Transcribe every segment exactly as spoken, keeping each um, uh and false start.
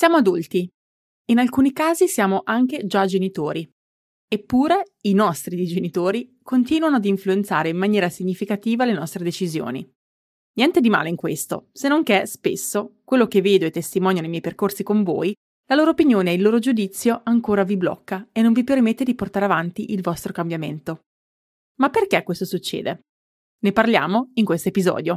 Siamo adulti. In alcuni casi siamo anche già genitori. Eppure i nostri genitori continuano ad influenzare in maniera significativa le nostre decisioni. Niente di male in questo, se non che spesso, quello che vedo e testimonio nei miei percorsi con voi, la loro opinione e il loro giudizio ancora vi blocca e non vi permette di portare avanti il vostro cambiamento. Ma perché questo succede? Ne parliamo in questo episodio.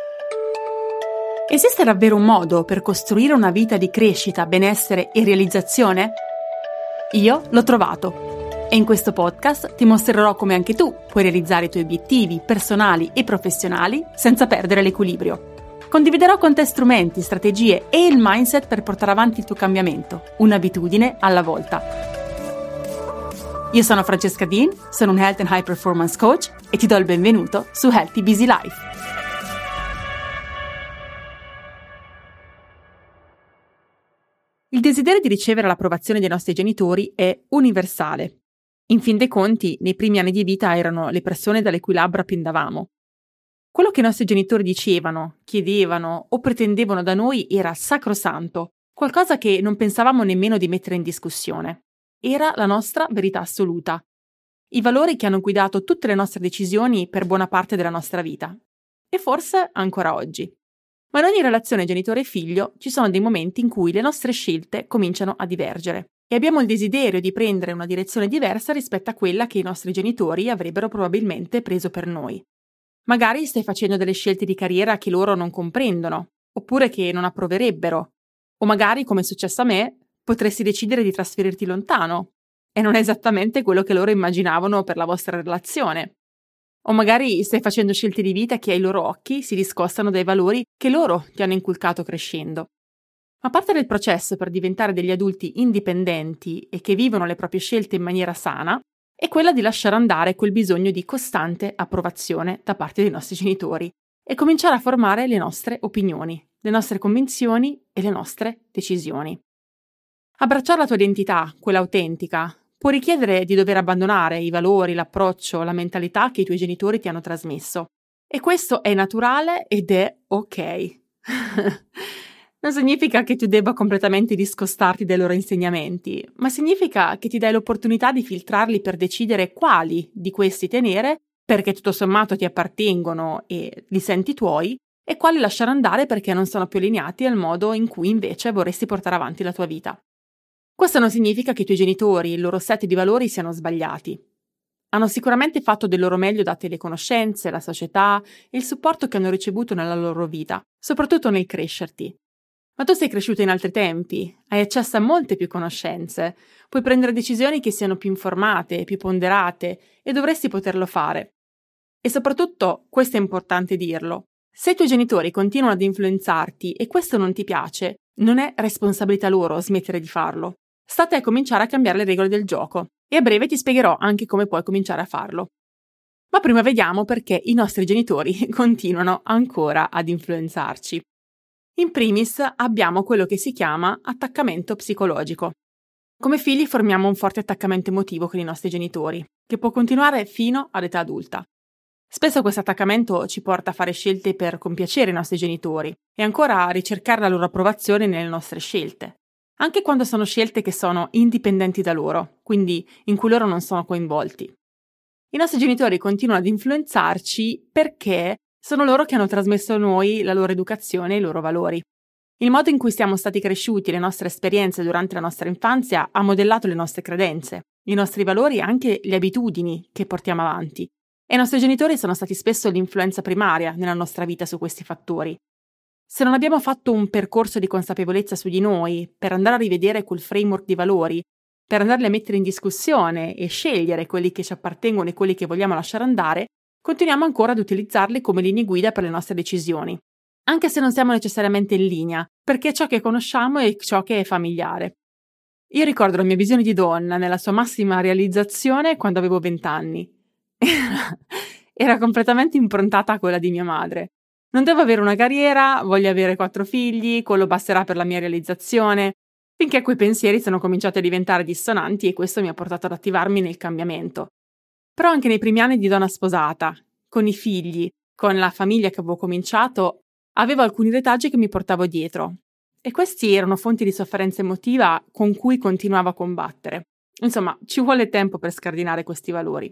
Esiste davvero un modo per costruire una vita di crescita, benessere e realizzazione? Io l'ho trovato e in questo podcast ti mostrerò come anche tu puoi realizzare i tuoi obiettivi personali e professionali senza perdere l'equilibrio. Condividerò con te strumenti, strategie e il mindset per portare avanti il tuo cambiamento, un'abitudine alla volta. Io sono Francesca Dean, sono un Health and High Performance Coach e ti do il benvenuto su Healthy Busy Life. Il desiderio di ricevere l'approvazione dei nostri genitori è universale. In fin dei conti, nei primi anni di vita erano le persone dalle cui labbra pendavamo. Quello che i nostri genitori dicevano, chiedevano o pretendevano da noi era sacrosanto, qualcosa che non pensavamo nemmeno di mettere in discussione. Era la nostra verità assoluta. I valori che hanno guidato tutte le nostre decisioni per buona parte della nostra vita. E forse ancora oggi. Ma in ogni relazione genitore-figlio ci sono dei momenti in cui le nostre scelte cominciano a divergere e abbiamo il desiderio di prendere una direzione diversa rispetto a quella che i nostri genitori avrebbero probabilmente preso per noi. Magari stai facendo delle scelte di carriera che loro non comprendono, oppure che non approverebbero, o magari, come è successo a me, potresti decidere di trasferirti lontano, e non è esattamente quello che loro immaginavano per la vostra relazione. O magari stai facendo scelte di vita che ai loro occhi si discostano dai valori che loro ti hanno inculcato crescendo. Ma parte del processo per diventare degli adulti indipendenti e che vivono le proprie scelte in maniera sana è quella di lasciare andare quel bisogno di costante approvazione da parte dei nostri genitori e cominciare a formare le nostre opinioni, le nostre convinzioni e le nostre decisioni. Abbracciare la tua identità, quella autentica, può richiedere di dover abbandonare i valori, l'approccio, la mentalità che i tuoi genitori ti hanno trasmesso. E questo è naturale ed è ok. Non significa che tu debba completamente discostarti dai loro insegnamenti, ma significa che ti dai l'opportunità di filtrarli per decidere quali di questi tenere, perché tutto sommato ti appartengono e li senti tuoi, e quali lasciare andare perché non sono più allineati al modo in cui invece vorresti portare avanti la tua vita. Questo non significa che i tuoi genitori e il loro set di valori siano sbagliati. Hanno sicuramente fatto del loro meglio date le conoscenze, la società e il supporto che hanno ricevuto nella loro vita, soprattutto nel crescerti. Ma tu sei cresciuto in altri tempi, hai accesso a molte più conoscenze, puoi prendere decisioni che siano più informate, più ponderate e dovresti poterlo fare. E soprattutto, questo è importante dirlo, se i tuoi genitori continuano ad influenzarti e questo non ti piace, non è responsabilità loro smettere di farlo. Sta a te cominciare a cambiare le regole del gioco e a breve ti spiegherò anche come puoi cominciare a farlo. Ma prima vediamo perché i nostri genitori continuano ancora ad influenzarci. In primis abbiamo quello che si chiama attaccamento psicologico. Come figli formiamo un forte attaccamento emotivo con i nostri genitori, che può continuare fino all'età adulta. Spesso questo attaccamento ci porta a fare scelte per compiacere i nostri genitori e ancora a ricercare la loro approvazione nelle nostre scelte, anche quando sono scelte che sono indipendenti da loro, quindi in cui loro non sono coinvolti. I nostri genitori continuano ad influenzarci perché sono loro che hanno trasmesso a noi la loro educazione e i loro valori. Il modo in cui siamo stati cresciuti, le nostre esperienze durante la nostra infanzia ha modellato le nostre credenze, i nostri valori e anche le abitudini che portiamo avanti. E i nostri genitori sono stati spesso l'influenza primaria nella nostra vita su questi fattori. Se non abbiamo fatto un percorso di consapevolezza su di noi per andare a rivedere quel framework di valori, per andarli a mettere in discussione e scegliere quelli che ci appartengono e quelli che vogliamo lasciare andare, continuiamo ancora ad utilizzarli come linee guida per le nostre decisioni, anche se non siamo necessariamente in linea, perché ciò che conosciamo è ciò che è familiare. Io ricordo la mia visione di donna nella sua massima realizzazione quando avevo vent'anni. Era completamente improntata a quella di mia madre. Non devo avere una carriera, voglio avere quattro figli, quello basterà per la mia realizzazione, finché quei pensieri sono cominciati a diventare dissonanti e questo mi ha portato ad attivarmi nel cambiamento. Però anche nei primi anni di donna sposata, con i figli, con la famiglia che avevo cominciato, avevo alcuni retaggi che mi portavo dietro e questi erano fonti di sofferenza emotiva con cui continuavo a combattere. Insomma, ci vuole tempo per scardinare questi valori.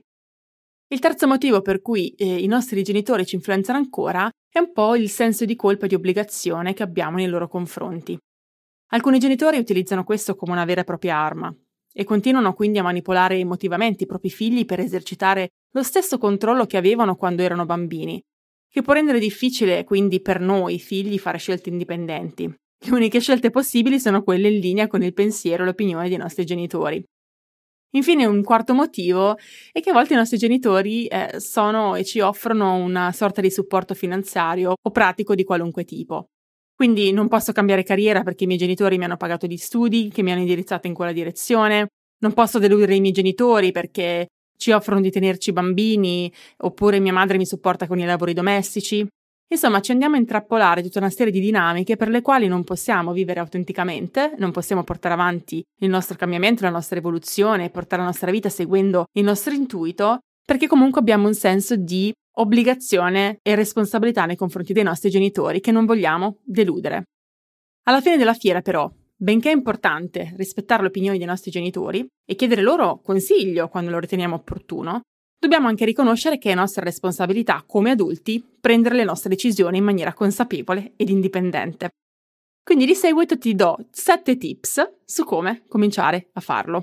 Il terzo motivo per cui eh, i nostri genitori ci influenzano ancora è un po' il senso di colpa e di obbligazione che abbiamo nei loro confronti. Alcuni genitori utilizzano questo come una vera e propria arma e continuano quindi a manipolare emotivamente i propri figli per esercitare lo stesso controllo che avevano quando erano bambini, che può rendere difficile quindi per noi figli fare scelte indipendenti. Le uniche scelte possibili sono quelle in linea con il pensiero e l'opinione dei nostri genitori. Infine, un quarto motivo è che a volte i nostri genitori eh, sono e ci offrono una sorta di supporto finanziario o pratico di qualunque tipo. Quindi non posso cambiare carriera perché i miei genitori mi hanno pagato gli studi, che mi hanno indirizzato in quella direzione, non posso deludere i miei genitori perché ci offrono di tenerci bambini, oppure mia madre mi supporta con i lavori domestici. Insomma, ci andiamo a intrappolare tutta una serie di dinamiche per le quali non possiamo vivere autenticamente, non possiamo portare avanti il nostro cambiamento, la nostra evoluzione, portare la nostra vita seguendo il nostro intuito, perché comunque abbiamo un senso di obbligazione e responsabilità nei confronti dei nostri genitori che non vogliamo deludere. Alla fine della fiera, però, benché è importante rispettare le opinioni dei nostri genitori e chiedere loro consiglio quando lo riteniamo opportuno, dobbiamo anche riconoscere che è nostra responsabilità come adulti prendere le nostre decisioni in maniera consapevole ed indipendente. Quindi di seguito ti do sette tips su come cominciare a farlo.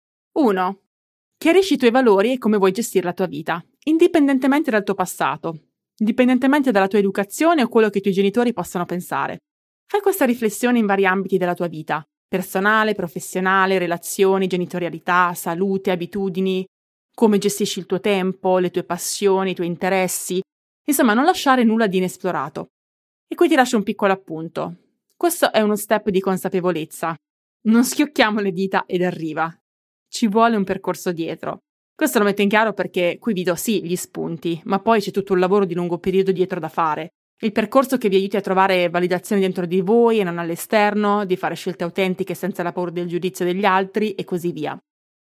uno. Chiarisci i tuoi valori e come vuoi gestire la tua vita, indipendentemente dal tuo passato, indipendentemente dalla tua educazione o quello che i tuoi genitori possano pensare. Fai questa riflessione in vari ambiti della tua vita, personale, professionale, relazioni, genitorialità, salute, abitudini, come gestisci il tuo tempo, le tue passioni, i tuoi interessi, insomma non lasciare nulla di inesplorato. E qui ti lascio un piccolo appunto. Questo è uno step di consapevolezza. Non schiocchiamo le dita ed arriva. Ci vuole un percorso dietro. Questo lo metto in chiaro perché qui vi do sì gli spunti, ma poi c'è tutto un lavoro di lungo periodo dietro da fare. Il percorso che vi aiuti a trovare validazione dentro di voi e non all'esterno, di fare scelte autentiche senza la paura del giudizio degli altri e così via.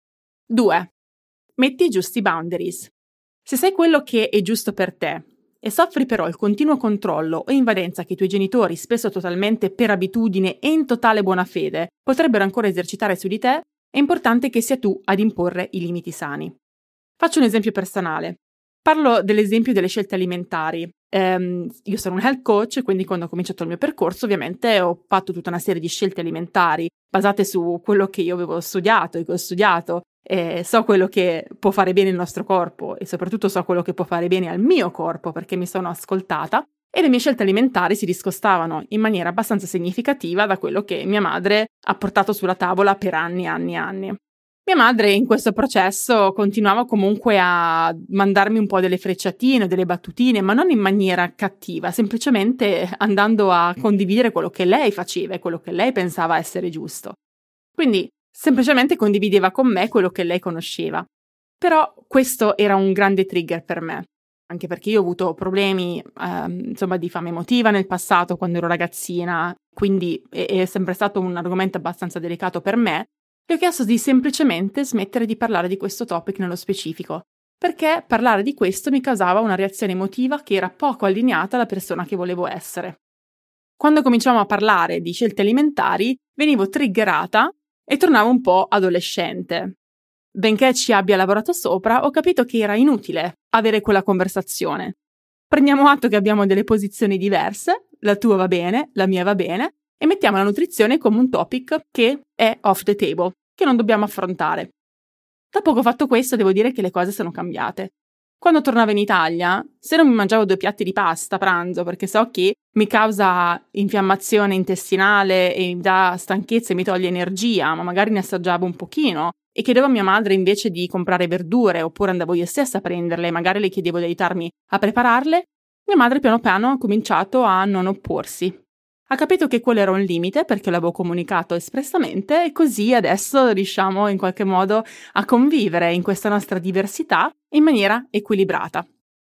due. Metti i giusti boundaries. Se sai quello che è giusto per te e soffri però il continuo controllo o invadenza che i tuoi genitori, spesso totalmente per abitudine e in totale buona fede, potrebbero ancora esercitare su di te, è importante che sia tu ad imporre i limiti sani. Faccio un esempio personale. Parlo dell'esempio delle scelte alimentari. Ehm, io sono un health coach, quindi quando ho cominciato il mio percorso ovviamente ho fatto tutta una serie di scelte alimentari basate su quello che io avevo studiato e che ho studiato. Eh, so quello che può fare bene il nostro corpo e soprattutto so quello che può fare bene al mio corpo perché mi sono ascoltata e le mie scelte alimentari si discostavano in maniera abbastanza significativa da quello che mia madre ha portato sulla tavola per anni e anni e anni. Mia madre in questo processo continuava comunque a mandarmi un po' delle frecciatine, delle battutine, ma non in maniera cattiva, semplicemente andando a condividere quello che lei faceva e quello che lei pensava essere giusto. Quindi semplicemente condivideva con me quello che lei conosceva. Però questo era un grande trigger per me, anche perché io ho avuto problemi ehm, insomma di fame emotiva nel passato quando ero ragazzina, quindi è, è sempre stato un argomento abbastanza delicato per me. Le ho chiesto di semplicemente smettere di parlare di questo topic nello specifico, perché parlare di questo mi causava una reazione emotiva che era poco allineata alla persona che volevo essere. Quando cominciamo a parlare di scelte alimentari, venivo triggerata e tornavo un po' adolescente. Benché ci abbia lavorato sopra, ho capito che era inutile avere quella conversazione. Prendiamo atto che abbiamo delle posizioni diverse, la tua va bene, la mia va bene, e mettiamo la nutrizione come un topic che è off the table, che non dobbiamo affrontare. Dopo che ho fatto questo, devo dire che le cose sono cambiate. Quando tornavo in Italia, se non mi mangiavo due piatti di pasta a pranzo, perché so che mi causa infiammazione intestinale e mi dà stanchezza e mi toglie energia, ma magari ne assaggiavo un pochino, e chiedevo a mia madre invece di comprare verdure, oppure andavo io stessa a prenderle, magari le chiedevo di aiutarmi a prepararle, mia madre piano piano ha cominciato a non opporsi. Ha capito che quello era un limite perché l'avevo comunicato espressamente e così adesso riusciamo in qualche modo a convivere in questa nostra diversità in maniera equilibrata.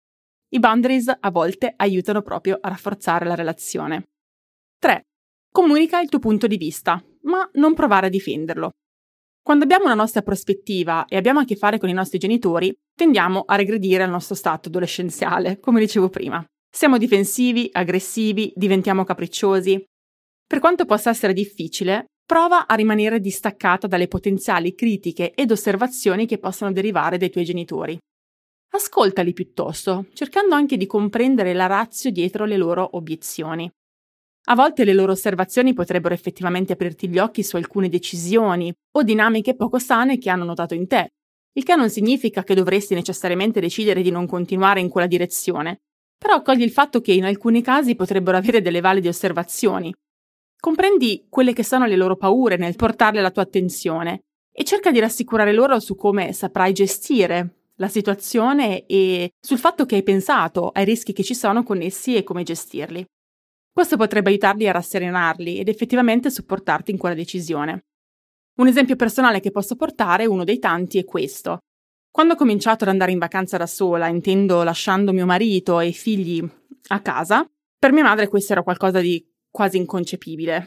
I boundaries a volte aiutano proprio a rafforzare la relazione. tre. Comunica il tuo punto di vista, ma non provare a difenderlo. Quando abbiamo una nostra prospettiva e abbiamo a che fare con i nostri genitori, tendiamo a regredire al nostro stato adolescenziale, come dicevo prima. Siamo difensivi, aggressivi, diventiamo capricciosi. Per quanto possa essere difficile, prova a rimanere distaccata dalle potenziali critiche ed osservazioni che possono derivare dai tuoi genitori. Ascoltali piuttosto, cercando anche di comprendere la ratio dietro le loro obiezioni. A volte le loro osservazioni potrebbero effettivamente aprirti gli occhi su alcune decisioni o dinamiche poco sane che hanno notato in te, il che non significa che dovresti necessariamente decidere di non continuare in quella direzione, però cogli il fatto che in alcuni casi potrebbero avere delle valide osservazioni. Comprendi quelle che sono le loro paure nel portarle alla tua attenzione e cerca di rassicurare loro su come saprai gestire la situazione e sul fatto che hai pensato ai rischi che ci sono connessi e come gestirli. Questo potrebbe aiutarli a rasserenarli ed effettivamente supportarti in quella decisione. Un esempio personale che posso portare, uno dei tanti, è questo. Quando ho cominciato ad andare in vacanza da sola, intendo lasciando mio marito e i figli a casa, per mia madre questo era qualcosa di quasi inconcepibile.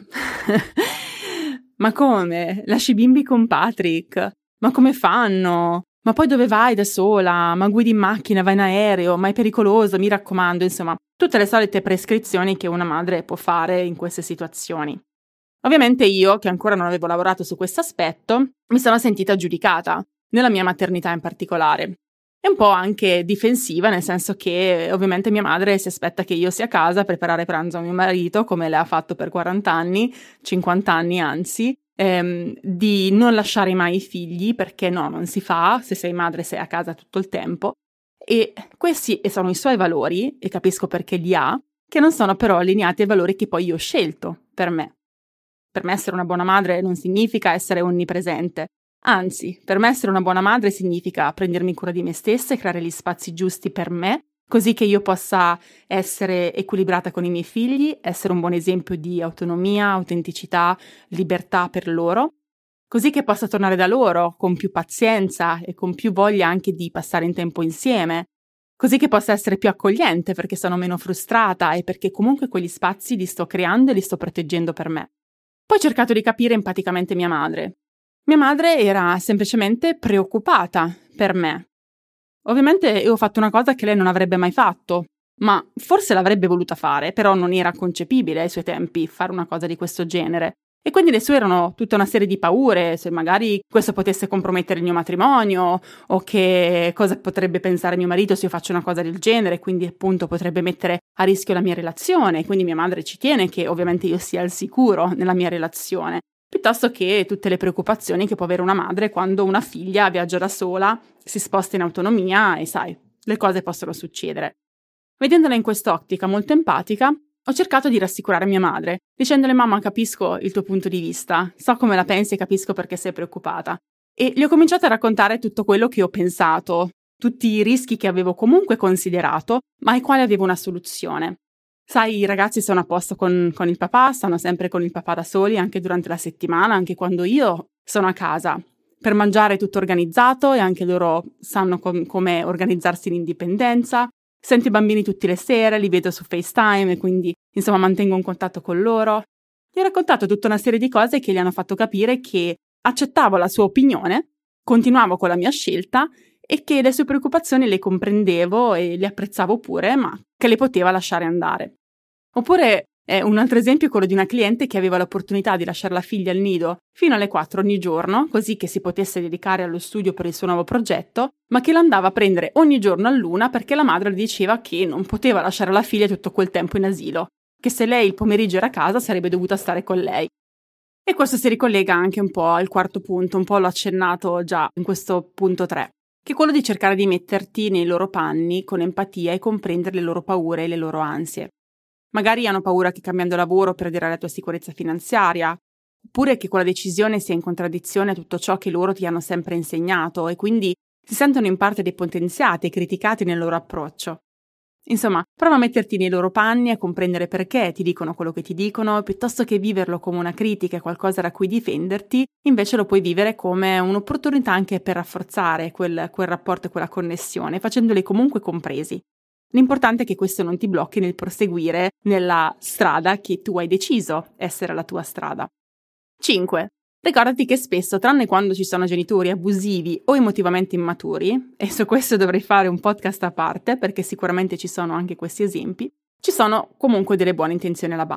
Ma come? Lasci i bimbi con Patrick? Ma come fanno? Ma poi dove vai da sola? Ma guidi in macchina, vai in aereo? Ma è pericoloso, mi raccomando, insomma, tutte le solite prescrizioni che una madre può fare in queste situazioni. Ovviamente io, che ancora non avevo lavorato su questo aspetto, mi sono sentita giudicata, nella mia maternità in particolare. E un po' anche difensiva, nel senso che ovviamente mia madre si aspetta che io sia a casa a preparare pranzo a mio marito, come lei ha fatto per quaranta anni, cinquanta anni anzi, ehm, di non lasciare mai i figli, perché no, non si fa, se sei madre sei a casa tutto il tempo. E questi sono i suoi valori, e capisco perché li ha, che non sono però allineati ai valori che poi io ho scelto per me. Per me essere una buona madre non significa essere onnipresente. Anzi, per me essere una buona madre significa prendermi cura di me stessa e creare gli spazi giusti per me, così che io possa essere equilibrata con i miei figli, essere un buon esempio di autonomia, autenticità, libertà per loro, così che possa tornare da loro con più pazienza e con più voglia anche di passare in tempo insieme, così che possa essere più accogliente perché sono meno frustrata e perché comunque quegli spazi li sto creando e li sto proteggendo per me. Poi ho cercato di capire empaticamente mia madre. Mia madre era semplicemente preoccupata per me. Ovviamente io ho fatto una cosa che lei non avrebbe mai fatto, ma forse l'avrebbe voluta fare, però non era concepibile ai suoi tempi fare una cosa di questo genere. E quindi le sue erano tutta una serie di paure, se magari questo potesse compromettere il mio matrimonio, o che cosa potrebbe pensare mio marito se io faccio una cosa del genere, quindi appunto potrebbe mettere a rischio la mia relazione, quindi mia madre ci tiene che ovviamente io sia al sicuro nella mia relazione, piuttosto che tutte le preoccupazioni che può avere una madre quando una figlia viaggia da sola, si sposta in autonomia e sai, le cose possono succedere. Vedendola in quest'ottica molto empatica, ho cercato di rassicurare mia madre, dicendole: mamma, capisco il tuo punto di vista, so come la pensi e capisco perché sei preoccupata. E gli ho cominciato a raccontare tutto quello che ho pensato, tutti i rischi che avevo comunque considerato, ma ai quali avevo una soluzione. Sai, i ragazzi sono a posto con, con il papà, stanno sempre con il papà da soli, anche durante la settimana, anche quando io sono a casa. Per mangiare è tutto organizzato e anche loro sanno com- come organizzarsi in indipendenza. Sento i bambini tutte le sere, li vedo su FaceTime e quindi, insomma, mantengo un contatto con loro. Gli ho raccontato tutta una serie di cose che gli hanno fatto capire che accettavo la sua opinione, continuavo con la mia scelta e che le sue preoccupazioni le comprendevo e le apprezzavo pure, ma che le poteva lasciare andare. Oppure eh, un altro esempio è quello di una cliente che aveva l'opportunità di lasciare la figlia al nido fino alle quattro ogni giorno, così che si potesse dedicare allo studio per il suo nuovo progetto, ma che l'andava a prendere ogni giorno all'una perché la madre le diceva che non poteva lasciare la figlia tutto quel tempo in asilo, che se lei il pomeriggio era a casa sarebbe dovuta stare con lei. E questo si ricollega anche un po' al quarto punto, un po' l'ho accennato già in questo punto tre, che è quello di cercare di metterti nei loro panni con empatia e comprendere le loro paure e le loro ansie. Magari hanno paura che cambiando lavoro perderai la tua sicurezza finanziaria, oppure che quella decisione sia in contraddizione a tutto ciò che loro ti hanno sempre insegnato e quindi si sentono in parte depotenziati e criticati nel loro approccio. Insomma, prova a metterti nei loro panni e a comprendere perché ti dicono quello che ti dicono, piuttosto che viverlo come una critica e qualcosa da cui difenderti, invece lo puoi vivere come un'opportunità anche per rafforzare quel, quel rapporto e quella connessione, facendoli comunque compresi. L'importante è che questo non ti blocchi nel proseguire nella strada che tu hai deciso essere la tua strada. cinque. Ricordati che spesso, tranne quando ci sono genitori abusivi o emotivamente immaturi, e su questo dovrei fare un podcast a parte perché sicuramente ci sono anche questi esempi, ci sono comunque delle buone intenzioni alla base.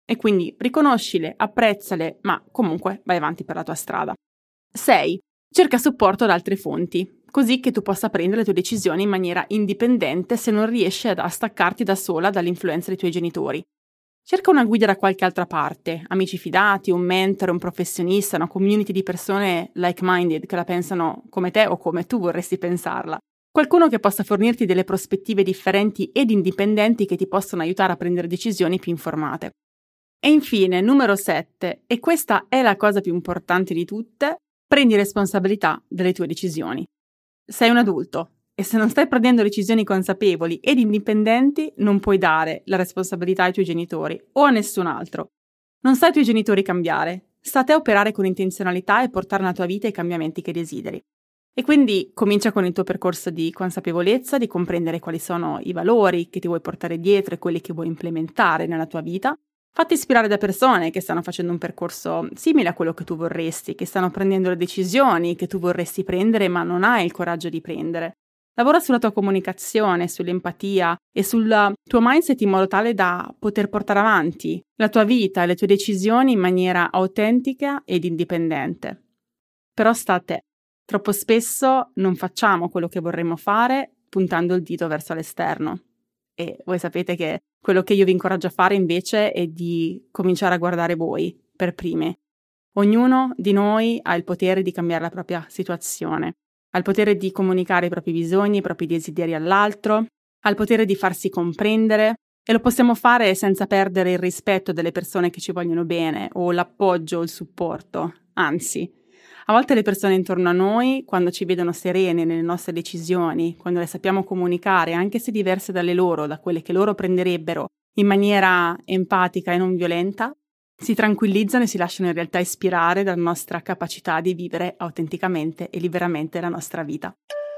E quindi riconoscile, apprezzale, ma comunque vai avanti per la tua strada. sei. Cerca supporto da altre fonti, così che tu possa prendere le tue decisioni in maniera indipendente se non riesci a staccarti da sola dall'influenza dei tuoi genitori. Cerca una guida da qualche altra parte, amici fidati, un mentore, un professionista, una community di persone like-minded che la pensano come te o come tu vorresti pensarla. Qualcuno che possa fornirti delle prospettive differenti ed indipendenti che ti possano aiutare a prendere decisioni più informate. E infine, numero sette, e questa è la cosa più importante di tutte, prendi responsabilità delle tue decisioni. Sei un adulto. E se non stai prendendo decisioni consapevoli ed indipendenti, non puoi dare la responsabilità ai tuoi genitori o a nessun altro. Non sta ai tuoi genitori cambiare, sta a te operare con intenzionalità e portare nella tua vita i cambiamenti che desideri. E quindi comincia con il tuo percorso di consapevolezza, di comprendere quali sono i valori che ti vuoi portare dietro e quelli che vuoi implementare nella tua vita. Fatti ispirare da persone che stanno facendo un percorso simile a quello che tu vorresti, che stanno prendendo le decisioni che tu vorresti prendere ma non hai il coraggio di prendere. Lavora sulla tua comunicazione, sull'empatia e sul tuo mindset in modo tale da poter portare avanti la tua vita e le tue decisioni in maniera autentica ed indipendente. Però sta a te. Troppo spesso non facciamo quello che vorremmo fare puntando il dito verso l'esterno. E voi sapete che quello che io vi incoraggio a fare invece è di cominciare a guardare voi per prime. Ognuno di noi ha il potere di cambiare la propria situazione. Ha il potere di comunicare i propri bisogni, i propri desideri all'altro, ha il potere di farsi comprendere e lo possiamo fare senza perdere il rispetto delle persone che ci vogliono bene o l'appoggio o il supporto. Anzi, a volte le persone intorno a noi, quando ci vedono serene nelle nostre decisioni, quando le sappiamo comunicare, anche se diverse dalle loro, da quelle che loro prenderebbero in maniera empatica e non violenta, si tranquillizzano e si lasciano in realtà ispirare dalla nostra capacità di vivere autenticamente e liberamente la nostra vita.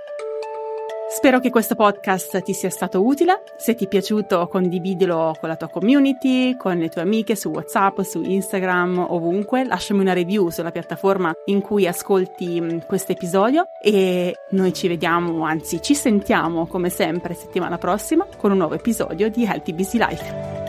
Spero che questo podcast ti sia stato utile. Se ti è piaciuto, condividilo con la tua community, con le tue amiche su WhatsApp, su Instagram, ovunque. Lasciami una review sulla piattaforma in cui ascolti questo episodio e noi ci vediamo, anzi ci sentiamo come sempre settimana prossima con un nuovo episodio di Healthy Busy Life.